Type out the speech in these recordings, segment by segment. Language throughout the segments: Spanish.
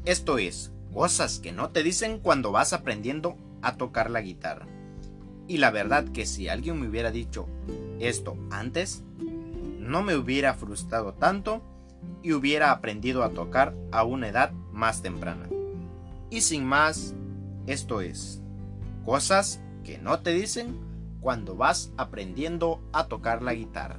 Esto es, cosas que no te dicen cuando vas aprendiendo a tocar la guitarra. Y la verdad que si alguien me hubiera dicho esto antes, no me hubiera frustrado tanto y hubiera aprendido a tocar a una edad más temprana. Y sin más, esto es, cosas que no te dicen cuando vas aprendiendo a tocar la guitarra.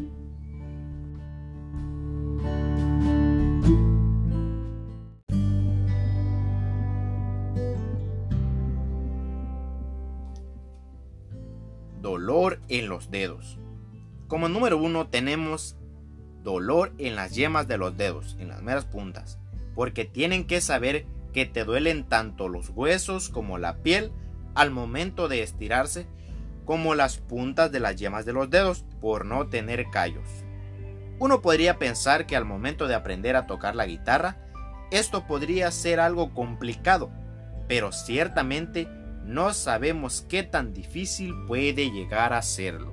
Dolor en los dedos. Como número 1 tenemos dolor en las yemas de los dedos, en las meras puntas, porque tienen que saber que te duelen tanto los huesos como la piel al momento de estirarse, como las puntas de las yemas de los dedos por no tener callos. Uno podría pensar que al momento de aprender a tocar la guitarra, esto podría ser algo complicado, pero ciertamente no sabemos qué tan difícil puede llegar a serlo.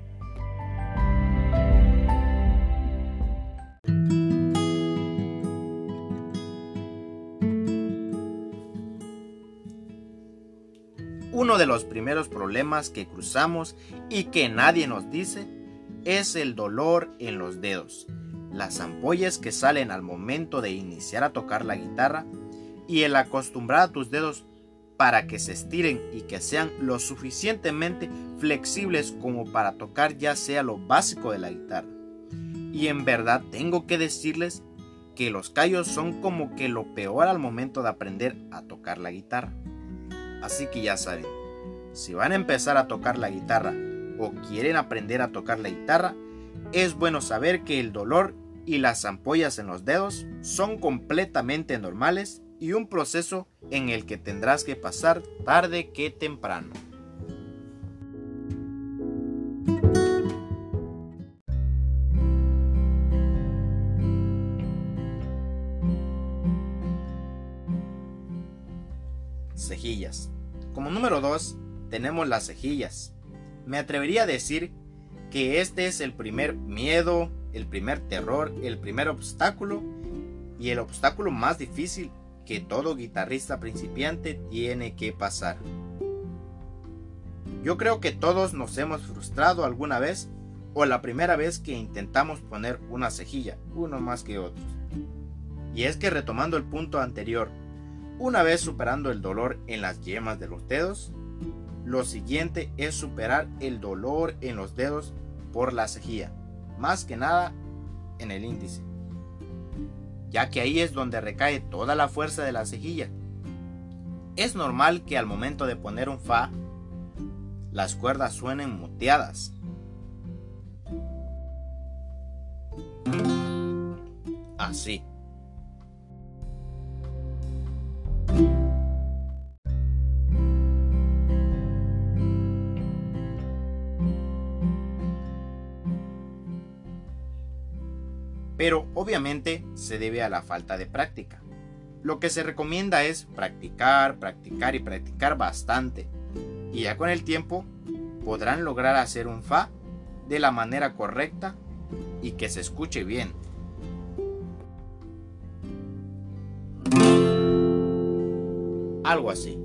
Uno de los primeros problemas que cruzamos y que nadie nos dice es el dolor en los dedos, las ampollas que salen al momento de iniciar a tocar la guitarra y el acostumbrar a tus dedos para que se estiren y que sean lo suficientemente flexibles como para tocar ya sea lo básico de la guitarra. Y en verdad tengo que decirles que los callos son como que lo peor al momento de aprender a tocar la guitarra. Así que ya saben, si van a empezar a tocar la guitarra o quieren aprender a tocar la guitarra, es bueno saber que el dolor y las ampollas en los dedos son completamente normales y un proceso en el que tendrás que pasar tarde que temprano. Cejillas. Como número 2 tenemos las cejillas. Me atrevería a decir que este es el primer miedo, el primer terror, el primer obstáculo y el obstáculo más difícil que todo guitarrista principiante tiene que pasar. Yo creo que todos nos hemos frustrado alguna vez o la primera vez que intentamos poner una cejilla, uno más que otros. Y es que retomando el punto anterior, una vez superando el dolor en las yemas de los dedos, lo siguiente es superar el dolor en los dedos por la cejilla, más que nada en el índice, ya que ahí es donde recae toda la fuerza de la cejilla. Es normal que al momento de poner un fa, las cuerdas suenen muteadas. Así. Pero obviamente se debe a la falta de práctica. Lo que se recomienda es practicar, practicar y practicar bastante. Y ya con el tiempo podrán lograr hacer un fa de la manera correcta y que se escuche bien. Algo así.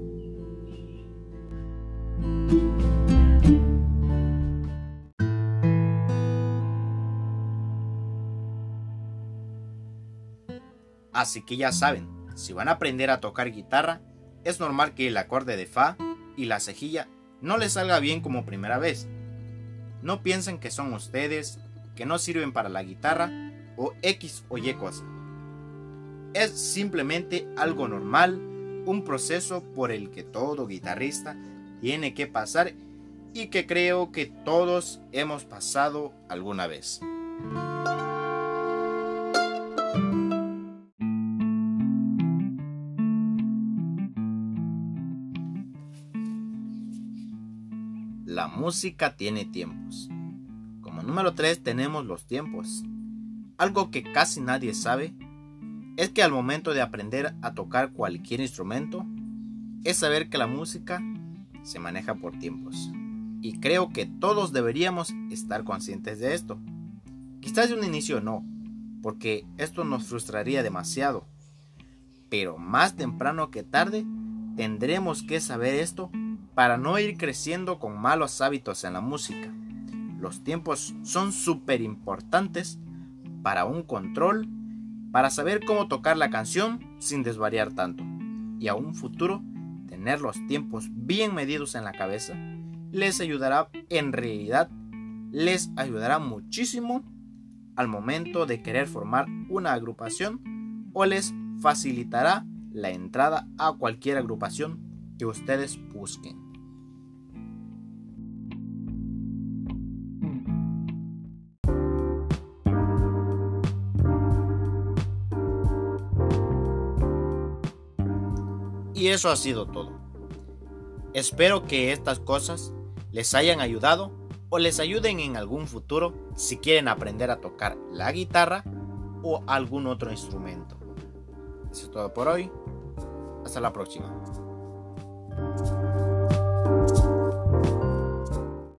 Así que ya saben, si van a aprender a tocar guitarra, es normal que el acorde de fa y la cejilla no les salga bien como primera vez. No piensen que son ustedes, que no sirven para la guitarra o X o Y cosa. Es simplemente algo normal, un proceso por el que todo guitarrista tiene que pasar y que creo que todos hemos pasado alguna vez. La música tiene tiempos. Como número 3 tenemos los tiempos. Algo que casi nadie sabe es que al momento de aprender a tocar cualquier instrumento, es saber que la música se maneja por tiempos. Y creo que todos deberíamos estar conscientes de esto. Quizás de un inicio no, porque esto nos frustraría demasiado. pero más temprano que tarde tendremos que saber esto para no ir creciendo con malos hábitos en la música. Los tiempos son súper importantes para un control, para saber cómo tocar la canción sin desvariar tanto. Y a un futuro, tener los tiempos bien medidos en la cabeza les ayudará, en realidad, les ayudará muchísimo al momento de querer formar una agrupación o les facilitará la entrada a cualquier agrupación que ustedes busquen. Y eso ha sido todo. Espero que estas cosas les hayan ayudado o les ayuden en algún futuro si quieren aprender a tocar la guitarra o algún otro instrumento. Eso es todo por hoy. Hasta la próxima.